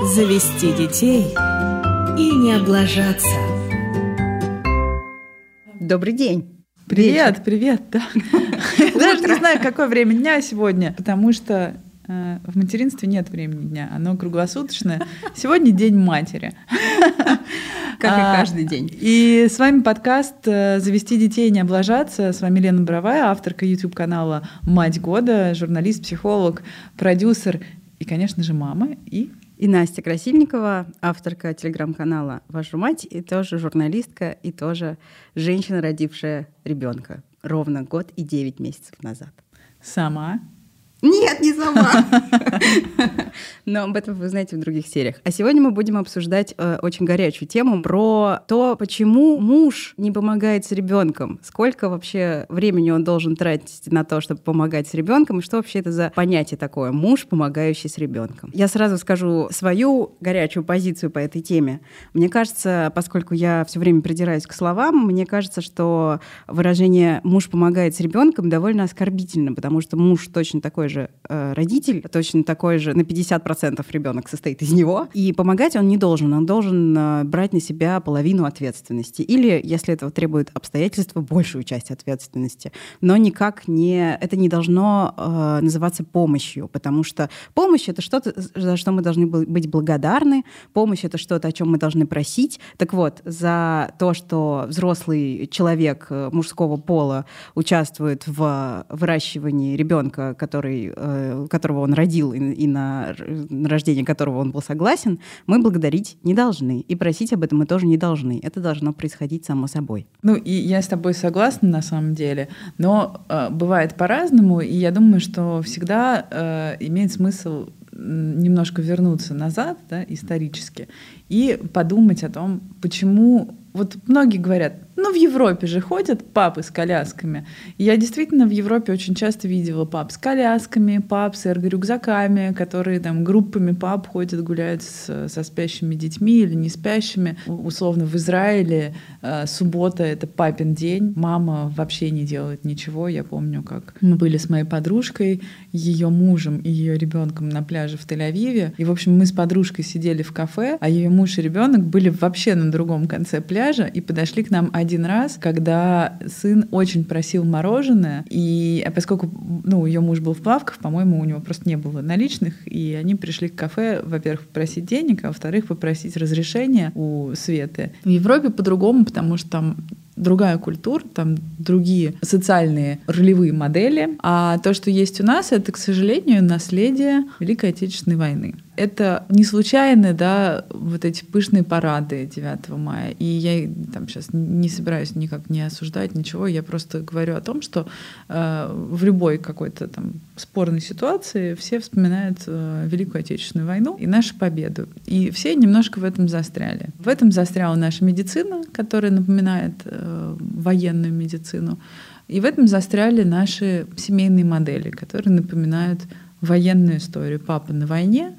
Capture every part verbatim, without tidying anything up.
Завести детей и не облажаться. Добрый день. Привет, Вечер. привет. Да. Даже не знаю, какое время дня сегодня, потому что э, в материнстве нет времени дня, оно круглосуточное. Сегодня день матери. Как и каждый день. И с вами подкаст «Завести детей и не облажаться». С вами Лена Боровая, авторка YouTube-канала «Мать года», журналист, психолог, продюсер и, конечно же, мама. И И Настя Красильникова, авторка телеграм-канала «Вашу мать», и тоже журналистка, и тоже женщина, родившая ребенка ровно год и девять месяцев назад. Сама. Нет, не сама. Но об этом вы узнаете в других сериях. А сегодня мы будем обсуждать э, очень горячую тему про то, почему муж не помогает с ребенком, сколько вообще времени он должен тратить на то, чтобы помогать с ребенком, и что вообще это за понятие такое муж, помогающий с ребенком. Я сразу скажу свою горячую позицию по этой теме. Мне кажется, поскольку я все время придираюсь к словам, мне кажется, что выражение «муж помогает с ребенком» довольно оскорбительно, потому что муж точно такой же э, родитель, точно такой же на пятьдесят процентов ребенок состоит из него, и помогать он не должен, он должен э, брать на себя половину ответственности, или, если этого требует обстоятельства, большую часть ответственности, но никак не, это не должно э, называться помощью, потому что помощь — это что-то, за что мы должны быть благодарны, помощь — это что-то, о чем мы должны просить. Так вот, за то, что взрослый человек мужского пола участвует в выращивании ребенка, который которого он родил и на рождение которого он был согласен, мы благодарить не должны. И просить об этом мы тоже не должны. Это должно происходить само собой. Ну, и я с тобой согласна на самом деле, но э, бывает по-разному, и я думаю, что всегда э, имеет смысл немножко вернуться назад, да, исторически, и подумать о том, почему... Вот многие говорят, ну, в Европе же ходят папы с колясками. И я действительно в Европе очень часто видела пап с колясками, пап с эрго-рюкзаками, которые там группами пап ходят, гуляют с, со спящими детьми или не спящими. Условно, в Израиле э, суббота — это папин день. Мама вообще не делает ничего. Я помню, как мы были с моей подружкой, ее мужем и ее ребенком на пляже в Тель-Авиве. И, в общем, мы с подружкой сидели в кафе, а ее муж и ребенок были вообще на другом конце пляжа и подошли к нам один раз, когда сын очень просил мороженое, и а поскольку ну, ее муж был в плавках, по-моему, у него просто не было наличных, и они пришли к кафе, во-первых, попросить денег, а во-вторых, попросить разрешения у Светы. В Европе по-другому, потому что там другая культура, там другие социальные ролевые модели. А то, что есть у нас, это, к сожалению, наследие Великой Отечественной войны. Это не случайно, да, вот эти пышные парады девятого мая. И я там сейчас не собираюсь никак не осуждать ничего, я просто говорю о том, что э, в любой какой-то там спорной ситуации все вспоминают э, Великую Отечественную войну и нашу победу. И все немножко в этом застряли. В этом застряла наша медицина, которая напоминает э, военную медицину. И в этом застряли наши семейные модели, которые напоминают военную историю. Папа на войне,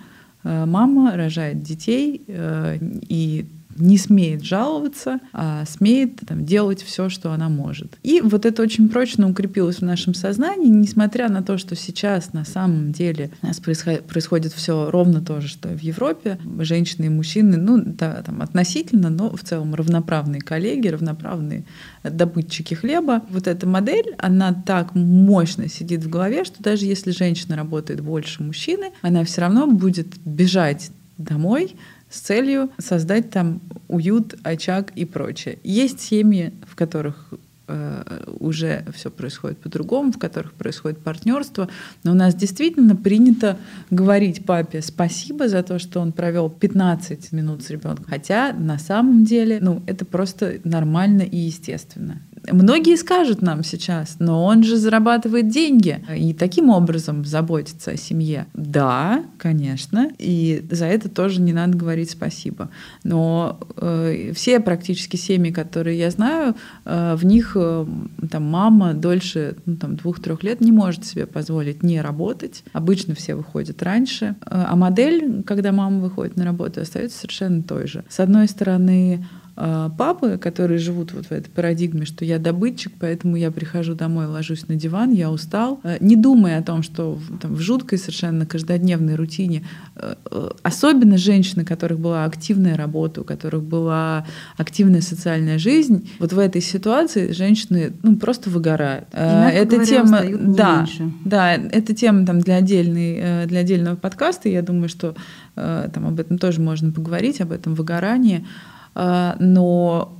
мама рожает детей э, и не смеет жаловаться, а смеет там, делать все, что она может. И вот это очень прочно укрепилось в нашем сознании, несмотря на то, что сейчас на самом деле у нас происходит, происходит все ровно то же, что и в Европе. Женщины и мужчины, ну, да, там, относительно, но в целом равноправные коллеги, равноправные добытчики хлеба. Вот эта модель, она так мощно сидит в голове, что даже если женщина работает больше мужчины, она все равно будет бежать домой с целью создать там уют, очаг и прочее. Есть семьи, в которых э, уже все происходит по-другому, в которых происходит партнерство, но у нас действительно принято говорить папе спасибо за то, что он провел пятнадцать минут с ребенком, хотя на самом деле, ну, это просто нормально и естественно. Многие скажут нам сейчас, но он же зарабатывает деньги и таким образом заботится о семье. Да, конечно, и за это тоже не надо говорить спасибо. Но э, все практически семьи, которые я знаю, э, в них э, там, мама дольше ну, там, двух-трех лет не может себе позволить не работать. Обычно все выходят раньше. А модель, когда мама выходит на работу, остается совершенно той же. С одной стороны, папы, которые живут вот в этой парадигме, что я добытчик, поэтому я прихожу домой, ложусь на диван, я устал, не думая о том, что там, в жуткой совершенно каждодневной рутине, особенно женщины, у которых была активная работа, у которых была активная социальная жизнь, вот в этой ситуации женщины ну, просто выгорают. Это тема, да, да, это тема там, для, отдельной, для отдельного подкаста, я думаю, что там, об этом тоже можно поговорить, об этом выгорании. Но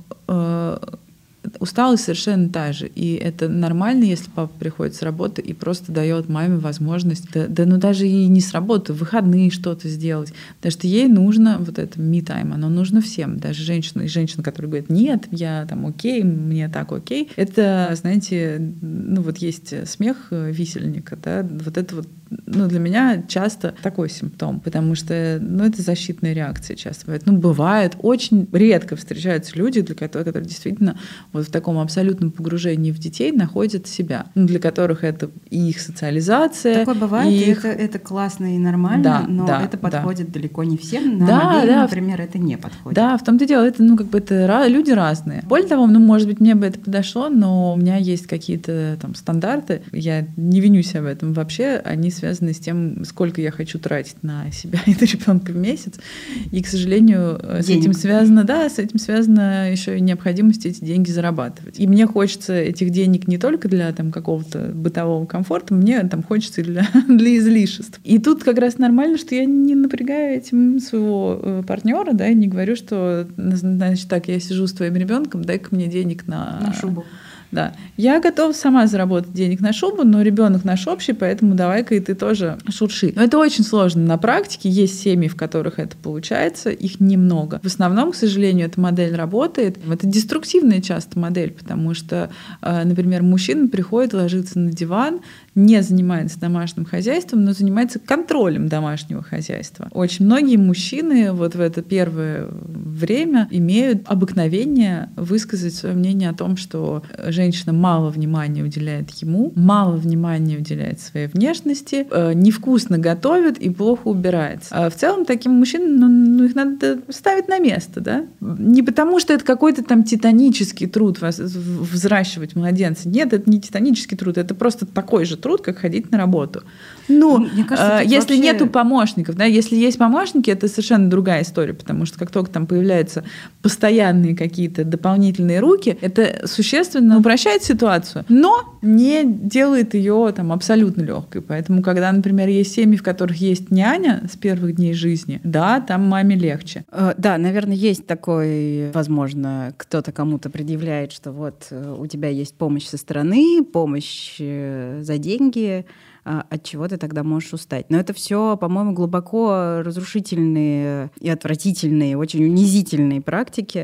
усталость совершенно та же. И это нормально, если папа приходит с работы и просто дает маме возможность, да, да ну даже и не с работы, в выходные что-то сделать. Потому что ей нужно вот это me-time, оно нужно всем. Даже женщины, и женщины, которые говорят, нет, я там окей, мне так окей. Это, знаете, ну вот есть смех висельника, да, вот это вот ну, для меня часто такой симптом, потому что ну, это защитная реакция часто бывает. Ну, бывает, очень редко встречаются люди, для которых, которые действительно вот в таком абсолютном погружении в детей находят себя, ну, для которых это и их социализация. Такое бывает, и их... это, это классно и нормально, да, но да, это подходит да. далеко не всем. На да, мобиле, да, например, это не подходит. Да, в том-то и дело, это, ну, как бы это люди разные. Более того, ну, может быть, мне бы это подошло, но у меня есть какие-то там стандарты, я не виню себя в этом вообще, они связаны с тем, сколько я хочу тратить на себя и на ребенка в месяц. И, к сожалению, Денег. с этим связано, да, с этим связана еще и необходимость эти деньги зарабатывать. И мне хочется этих денег не только для там, какого-то бытового комфорта, мне там хочется и для, для излишеств. И тут как раз нормально, что я не напрягаю этим своего партнера, да, и не говорю, что, значит, так, я сижу с твоим ребенком, дай-ка мне денег на... На шубу. Да. Я готова сама заработать денег на шубу, но ребенок наш общий, поэтому давай-ка и ты тоже шурши. Но это очень сложно на практике. Есть семьи, в которых это получается, их немного. В основном, к сожалению, эта модель работает. Это деструктивная часто модель, потому что, например, мужчина приходит, ложится на диван, не занимается домашним хозяйством, но занимается контролем домашнего хозяйства. Очень многие мужчины вот в это первое время имеют обыкновение высказать свое мнение о том, что женщина мало внимания уделяет ему, мало внимания уделяет своей внешности, невкусно готовит и плохо убирается. А в целом таким мужчинам ну, ну, их надо ставить на место, да? Не потому, что это какой-то там титанический труд взращивать младенца. Нет, это не титанический труд, это просто такой же труд, как ходить на работу. Ну, Мне кажется, если вообще... нету помощников, да, если есть помощники, это совершенно другая история, потому что как только там появляются постоянные какие-то дополнительные руки, это существенно упрощает ситуацию, но не делает ее там абсолютно легкой. Поэтому, когда, например, есть семьи, в которых есть няня с первых дней жизни, да, там маме легче. Да, наверное, есть такой, возможно, кто-то кому-то предъявляет, что вот у тебя есть помощь со стороны, помощь за деньги, от чего ты тогда можешь устать. Но это все, по-моему, глубоко разрушительные и отвратительные, очень унизительные практики,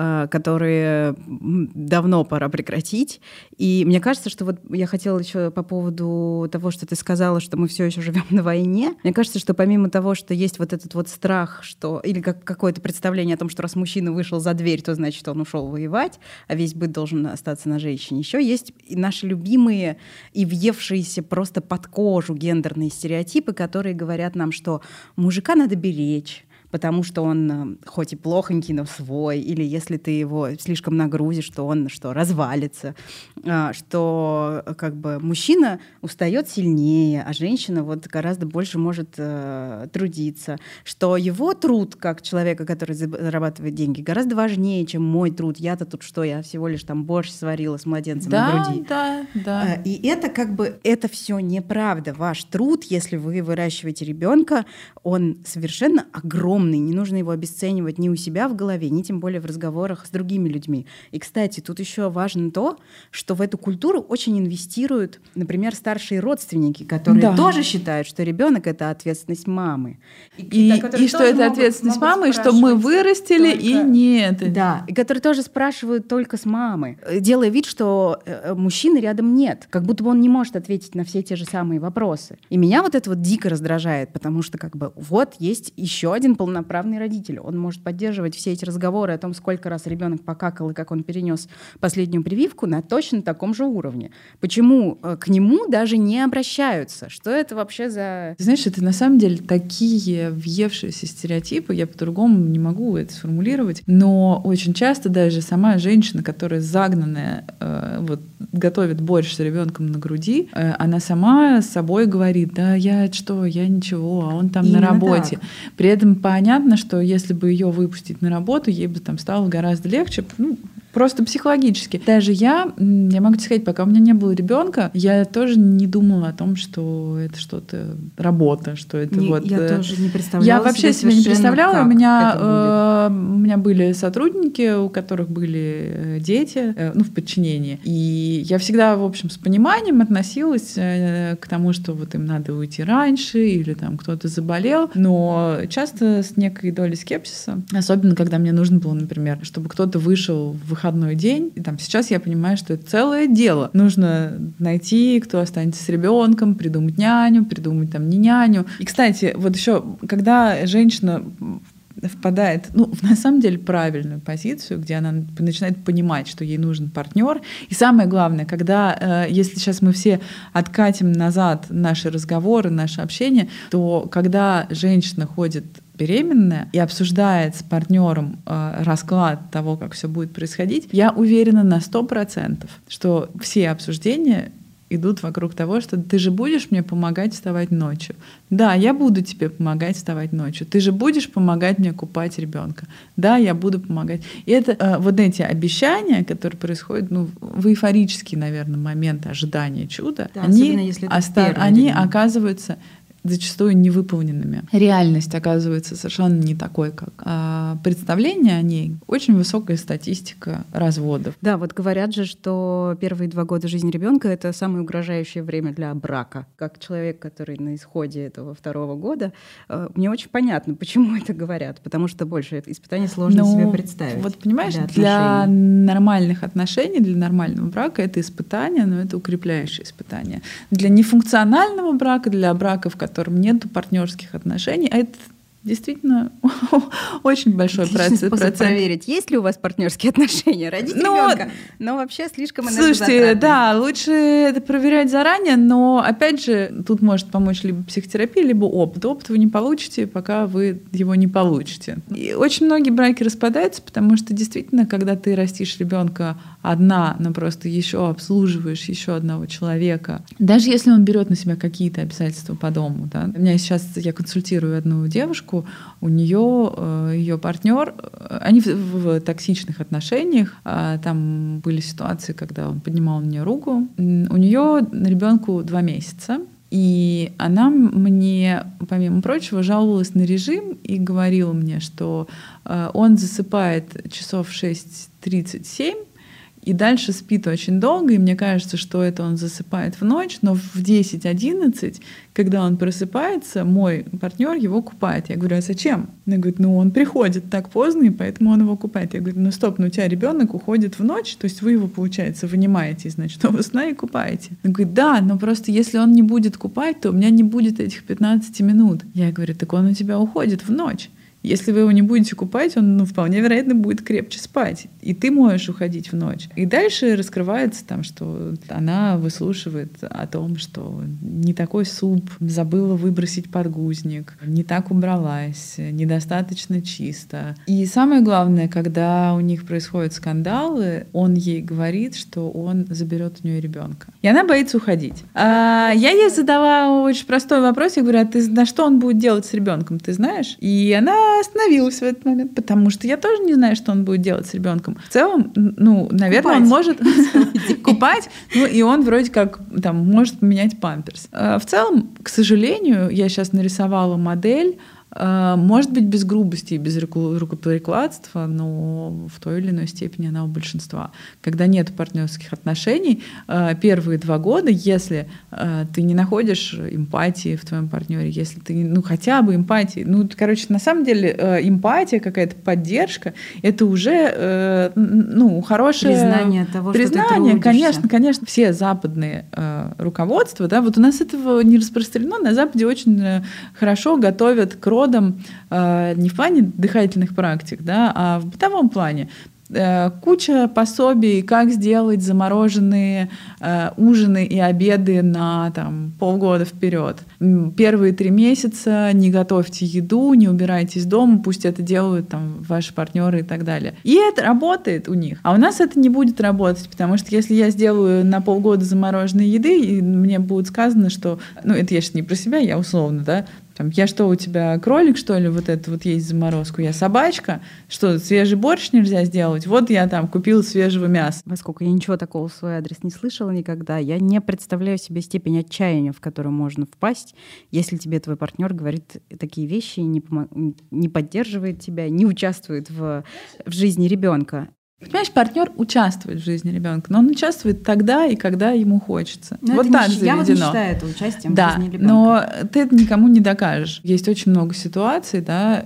которые давно пора прекратить. И мне кажется, что вот я хотела еще по поводу того, что ты сказала, что мы все еще живем на войне. Мне кажется, что помимо того, что есть вот этот вот страх, что или как какое-то представление о том, что раз мужчина вышел за дверь, то значит он ушел воевать, а весь быт должен остаться на женщине. Еще есть и наши любимые и въевшиеся просто под кожу гендерные стереотипы, которые говорят нам, что мужика надо беречь, потому что он хоть и плохонький, но свой, или если ты его слишком нагрузишь, то он что, развалится, что как бы мужчина устает сильнее, а женщина вот гораздо больше может э, трудиться, что его труд как человека, который зарабатывает деньги, гораздо важнее, чем мой труд. Я-то тут что, я всего лишь там борщ сварила с младенцем да, на груди. Да, да. И это как бы, это все неправда. Ваш труд, если вы выращиваете ребенка, он совершенно огромный. Не нужно его обесценивать ни у себя в голове, ни тем более в разговорах с другими людьми. И, кстати, тут еще важно то, что в эту культуру очень инвестируют, например, старшие родственники, которые да. тоже считают, что ребенок — это ответственность мамы. И, и, и что это могут, ответственность могут мамы, и что мы вырастили, только... и нет. Да, и которые тоже спрашивают только с мамы, делая вид, что мужчины рядом нет, как будто бы он не может ответить на все те же самые вопросы. И меня вот это вот дико раздражает, потому что как бы вот есть еще один полноценный полноправный родитель. Он может поддерживать все эти разговоры о том, сколько раз ребенок покакал и как он перенес последнюю прививку на точно таком же уровне. Почему к нему даже не обращаются? Что это вообще за... Ты знаешь, это на самом деле такие въевшиеся стереотипы, я по-другому не могу это сформулировать, но очень часто даже сама женщина, которая загнанная, э, вот, готовит борщ с ребенком на груди, э, она сама с собой говорит: да, я что, я ничего, а он там Именно на работе. Так. При этом понятно, что если бы ее выпустить на работу, ей бы там стало гораздо легче, ну, просто психологически. Даже я, я могу тебе сказать, пока у меня не было ребенка, я тоже не думала о том, что это что-то работа, что это не, вот. Я тоже не представляла. Я вообще себе не представляла. У меня, э, у меня были сотрудники, у которых были дети, э, ну в подчинении, и я всегда, в общем, с пониманием относилась э, к тому, что вот им надо уйти раньше или там кто-то заболел, но часто с некой долей скепсиса, особенно когда мне нужно было, например, чтобы кто-то вышел в выходной день. И там сейчас я понимаю, что это целое дело. Нужно найти, кто останется с ребенком, придумать няню, придумать там не няню. И, кстати, вот еще, когда женщина впадает, ну, на самом деле, правильную позицию, где она начинает понимать, что ей нужен партнер. И самое главное, когда, э, если сейчас мы все откатим назад наши разговоры, наше общение, то когда женщина ходит беременная и обсуждает с партнером э, расклад того, как все будет происходить, я уверена на сто процентов, что все обсуждения идут вокруг того, что ты же будешь мне помогать вставать ночью. Да, я буду тебе помогать вставать ночью. Ты же будешь помогать мне купать ребенка. Да, я буду помогать. И это э, вот эти обещания, которые происходят, ну, в эйфорический, наверное, момент ожидания чуда, да, они, оста- они оказываются зачастую невыполненными. Реальность оказывается совершенно не такой, как а представление о ней. Очень высокая статистика разводов. Да, вот говорят же, что первые два года жизни ребенка — это самое угрожающее время для брака. Как человек, который на исходе этого второго года, мне очень понятно, почему это говорят, потому что больше испытаний сложно ну, себе представить. Вот понимаешь, для, для нормальных отношений, для нормального брака это испытание, но это укрепляющее испытание. Для нефункционального брака, для брака, в котором в котором нет партнерских отношений, а это действительно очень большой процент. Способ проверить, есть ли у вас партнерские отношения, родить ну, ребенка, но вообще слишком энергозатратно. Слушайте, да, лучше это проверять заранее, но опять же тут может помочь либо психотерапия, либо опыт. Опыт вы не получите, пока вы его не получите. И очень многие браки распадаются, потому что действительно, когда ты растишь ребенка одна, но просто еще обслуживаешь еще одного человека, даже если он берет на себя какие-то обязательства по дому, да. У меня сейчас я консультирую одну девушку, у нее ее партнер, они в, в токсичных отношениях, там были ситуации, когда он поднимал на нее руку, у нее ребенку два месяца. И она мне, помимо прочего, жаловалась на режим и говорила мне, что он засыпает часов в шесть тридцать семь, и дальше спит очень долго, и мне кажется, что это он засыпает в ночь, но в десять-одиннадцать, когда он просыпается, мой партнер его купает. Я говорю: а зачем? Она говорит: ну он приходит так поздно, и поэтому он его купает. Я говорю: ну стоп, ну у тебя ребенок уходит в ночь, то есть вы его, получается, вынимаете из ночного сна и купаете. Она говорит: да, но просто если он не будет купать, то у меня не будет этих пятнадцать минут. Я говорю: так он у тебя уходит в ночь. Если вы его не будете купать, он, ну, вполне вероятно, будет крепче спать. И ты можешь уходить в ночь. И дальше раскрывается, там, что она выслушивает о том, что не такой суп, забыла выбросить подгузник, не так убралась, недостаточно чисто. И самое главное, когда у них происходят скандалы, он ей говорит, что он заберет у нее ребенка. И она боится уходить. А я ей задала очень простой вопрос. Я говорю: а ты на что он будет делать с ребенком, ты знаешь? И она остановилась в этот момент, потому что я тоже не знаю, что он будет делать с ребенком. В целом, ну, наверное, купать. Он может купать, ну, и он вроде как там может поменять памперс. В целом, к сожалению, я сейчас нарисовала модель, может быть, без грубости и без рукоприкладства, но в той или иной степени она у большинства. Когда нет партнерских отношений, первые два года, если ты не находишь эмпатии в твоем партнере, если ты, ну, хотя бы эмпатии, ну, короче, на самом деле эмпатия, какая-то поддержка, это уже, ну, хорошее признание того, признание, что ты трудишься. Конечно, конечно, все западные руководства, да, вот у нас этого не распространено, на Западе очень хорошо готовят к родам подходом э, не в плане дыхательных практик, да, а в бытовом плане. Куча пособий, как сделать замороженные э, ужины и обеды на там, полгода вперед. Первые три месяца не готовьте еду, не убирайтесь дома, пусть это делают там, ваши партнеры и так далее. И это работает у них. А у нас это не будет работать, потому что если я сделаю на полгода замороженной еды, и мне будет сказано, что... Ну, это я сейчас не про себя, я условно, да, там, я что, у тебя кролик, что ли, вот это вот есть заморозку? Я собачка? Что, свежий борщ нельзя сделать? Вот я там купила свежего мяса. Поскольку я ничего такого в свой адрес не слышала никогда, я не представляю себе степень отчаяния, в которую можно впасть, если тебе твой партнер говорит такие вещи, не, пом- не поддерживает тебя, не участвует в, в жизни ребенка. Понимаешь, партнер участвует в жизни ребенка, но он участвует тогда и когда ему хочется. Но вот это так не, заведено. Я вот не считаю это участием да, в жизни ребенка. Но ты это никому не докажешь. Есть очень много ситуаций, да,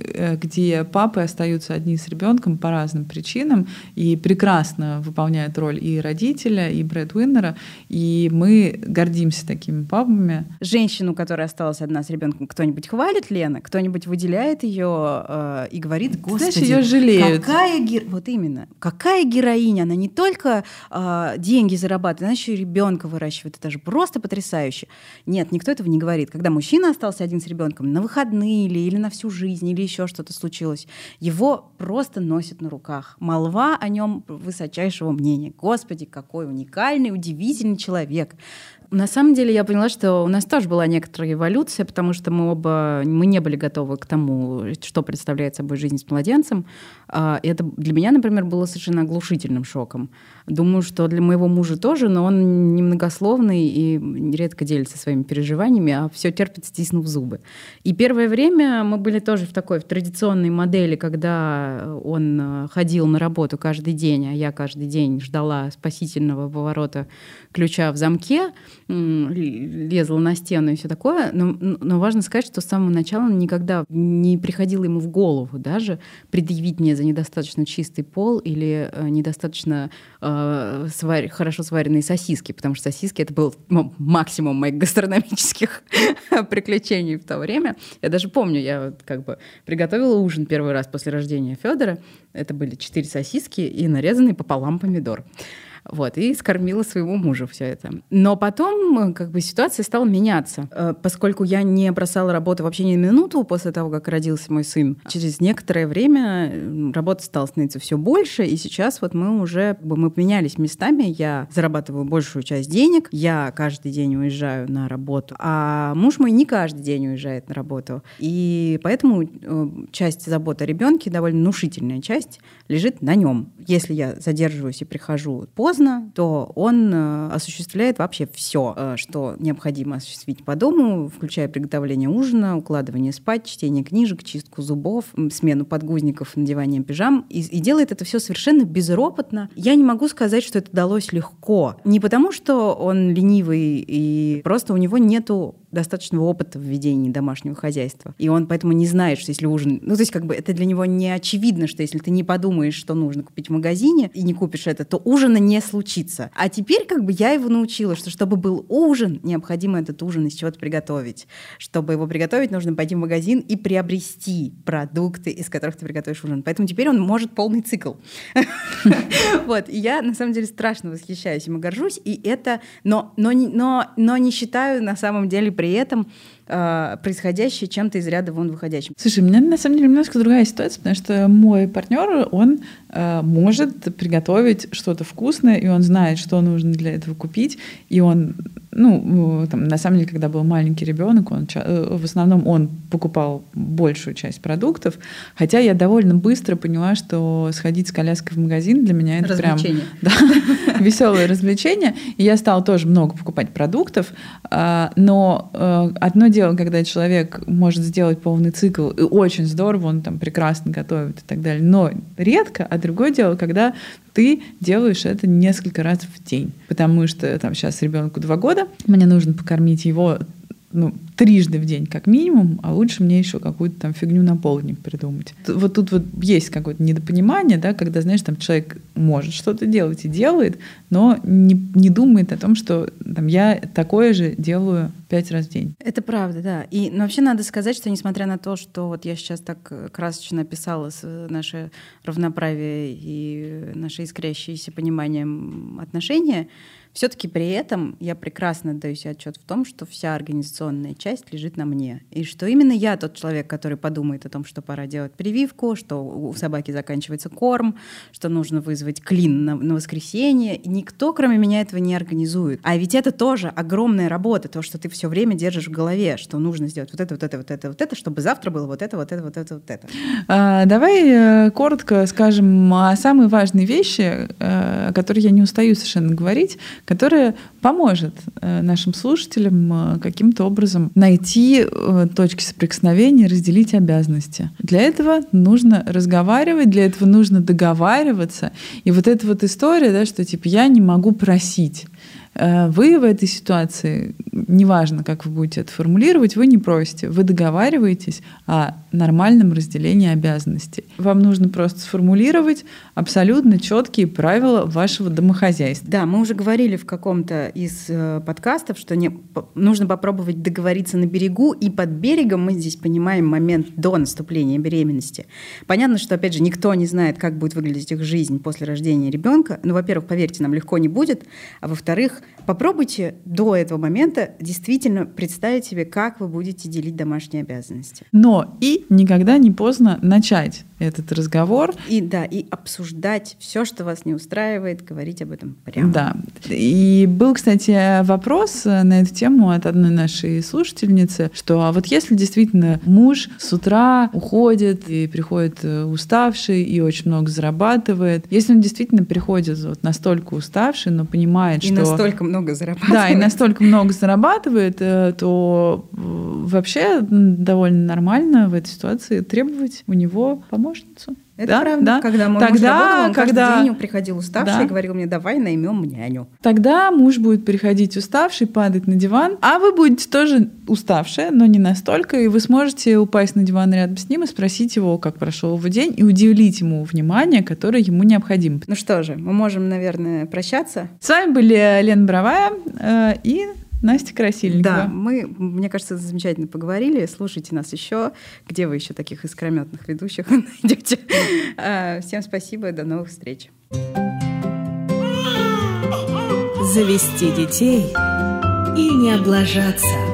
где папы остаются одни с ребенком по разным причинам и прекрасно выполняют роль и родителя, и брэдвиннера, и мы гордимся такими папами. Женщину, которая осталась одна с ребенком, кто-нибудь хвалит, Лена? Кто-нибудь выделяет ее э, и говорит: «Господи, знаешь, ее жалеют». Какая гер... Вот именно. Какая героиня? Она не только э, деньги зарабатывает, она еще и ребенка выращивает. Это же просто потрясающе. Нет, никто этого не говорит. Когда мужчина остался один с ребенком на выходные или, или на всю жизнь, или еще что-то случилось, его просто носят на руках. Молва о нем высочайшего мнения. Господи, какой уникальный, удивительный человек. На самом деле я поняла, что у нас тоже была некоторая эволюция, потому что мы оба мы не были готовы к тому, что представляет собой жизнь с младенцем. И это для меня, например, было совершенно оглушительным шоком. Думаю, что для моего мужа тоже, но он немногословный и редко делится своими переживаниями, а все терпит, стиснув зубы. И первое время мы были тоже в такой в традиционной модели, когда он ходил на работу каждый день, а я каждый день ждала спасительного поворота ключа в замке, лезла на стену и все такое. Но, но важно сказать, что с самого начала никогда не приходило ему в голову даже предъявить мне за недостаточно чистый пол или э, недостаточно э, свар... хорошо сваренные сосиски, потому что сосиски — это был максимум моих гастрономических приключений в то время. Я даже помню, я как бы приготовила ужин первый раз после рождения Федора. Это были четыре сосиски и нарезанный пополам помидор. Вот, и скормила своему мужу все это. Но потом как бы ситуация стала меняться. Поскольку я не бросала работу вообще ни на минуту после того, как родился мой сын, через некоторое время работа стала становиться все больше, и сейчас вот мы уже как бы, мы поменялись местами. Я зарабатываю большую часть денег, я каждый день уезжаю на работу, а муж мой не каждый день уезжает на работу. И поэтому часть заботы о ребенке, довольно внушительная часть, лежит на нем. Если я задерживаюсь и прихожу поздно, то он осуществляет вообще все, что необходимо осуществить по дому, включая приготовление ужина, укладывание спать, чтение книжек, чистку зубов, смену подгузников, надевание пижам. И, и делает это все совершенно безропотно. Я не могу сказать, что это далось легко. Не потому, что он ленивый, и просто у него нету достаточного опыта в ведении домашнего хозяйства. И он поэтому не знает, что если ужин... Ну, то есть как бы это для него не очевидно, что если ты не подумаешь, что нужно купить в магазине, и не купишь это, то ужина не случится. А теперь как бы я его научила, что чтобы был ужин, необходимо этот ужин из чего-то приготовить. Чтобы его приготовить, нужно пойти в магазин и приобрести продукты, из которых ты приготовишь ужин. Поэтому теперь он может полный цикл. Вот. И я, на самом деле, страшно восхищаюсь им и горжусь. И это... Но не считаю, на самом деле, при этом э, происходящее чем-то из ряда вон выходящим. Слушай, у меня на самом деле немножко другая ситуация, потому что мой партнер, он э, может приготовить что-то вкусное, и он знает, что нужно для этого купить, и он, ну, там, на самом деле, когда был маленький ребенок, он, в основном он покупал большую часть продуктов, хотя я довольно быстро поняла, что сходить с коляской в магазин для меня это прям да, веселое развлечение, и я стала тоже много покупать продуктов, но одно дело, когда человек может сделать полный цикл, и очень здорово, он там прекрасно готовит и так далее, но редко, а другое дело, когда ты делаешь это несколько раз в день, потому что там сейчас ребенку два года, мне нужно покормить его ну, трижды в день как минимум, а лучше мне еще какую-то там фигню на полдник придумать. Вот тут вот есть какое-то недопонимание, да, когда, знаешь, там человек может что-то делать и делает, но не, не думает о том, что там, я такое же делаю пять раз в день. Это правда, да. И но вообще надо сказать, что несмотря на то, что вот я сейчас так красочно описала наше равноправие и наше искрящееся пониманием отношения, все-таки при этом я прекрасно даю себе отчет в том, что вся организационная часть лежит на мне. И что именно я тот человек, который подумает о том, что пора делать прививку, что у собаки заканчивается корм, что нужно вызвать клин на, на воскресенье. И никто, кроме меня, этого не организует. А ведь это тоже огромная работа, то, что ты все время держишь в голове, что нужно сделать вот это, вот это, вот это, вот это, чтобы завтра было вот это, вот это, вот это, вот это. А, давай коротко скажем о самой важной вещи, о которой я не устаю совершенно говорить, которая поможет нашим слушателям каким-то образом найти точки соприкосновения, разделить обязанности. Для этого нужно разговаривать, для этого нужно договариваться. И вот эта вот история, да, что типа я не могу просить. Вы в этой ситуации, неважно, как вы будете это формулировать, вы не просите, вы договариваетесь о нормальном разделении обязанностей. Вам нужно просто сформулировать абсолютно четкие правила вашего домохозяйства. Да, мы уже говорили в каком-то из э, подкастов, что не, по, нужно попробовать договориться на берегу, и под берегом мы здесь понимаем момент до наступления беременности. Понятно, что, опять же, никто не знает, как будет выглядеть их жизнь после рождения ребенка. Ну, во-первых, поверьте, нам легко не будет, а во-вторых, попробуйте до этого момента действительно представить себе, как вы будете делить домашние обязанности. Но и никогда не поздно начать этот разговор. И да, и обсуждать все, что вас не устраивает, говорить об этом прямо. Да. И был, кстати, вопрос на эту тему от одной нашей слушательницы, что а вот если действительно муж с утра уходит и приходит уставший и очень много зарабатывает, если он действительно приходит вот настолько уставший, но понимает, и что... И настолько много зарабатывает. Да, и настолько много зарабатывает, то вообще довольно нормально в этой ситуации требовать у него помощницу. Это да? правда. Да? Когда мой Тогда, муж работал, он когда... каждый день приходил уставший да. и говорил мне: давай наймем няню. Тогда муж будет приходить уставший, падать на диван, а вы будете тоже уставшие, но не настолько, и вы сможете упасть на диван рядом с ним и спросить его, как прошел его день, и уделить ему внимание, которое ему необходимо. Ну что же, мы можем, наверное, прощаться. С вами были Лена Боровая э, и Настя Красильникова. Да, мы, мне кажется, замечательно поговорили. Слушайте нас еще. Где вы еще таких искрометных ведущих найдете? Всем спасибо, до новых встреч. Завести детей и не облажаться.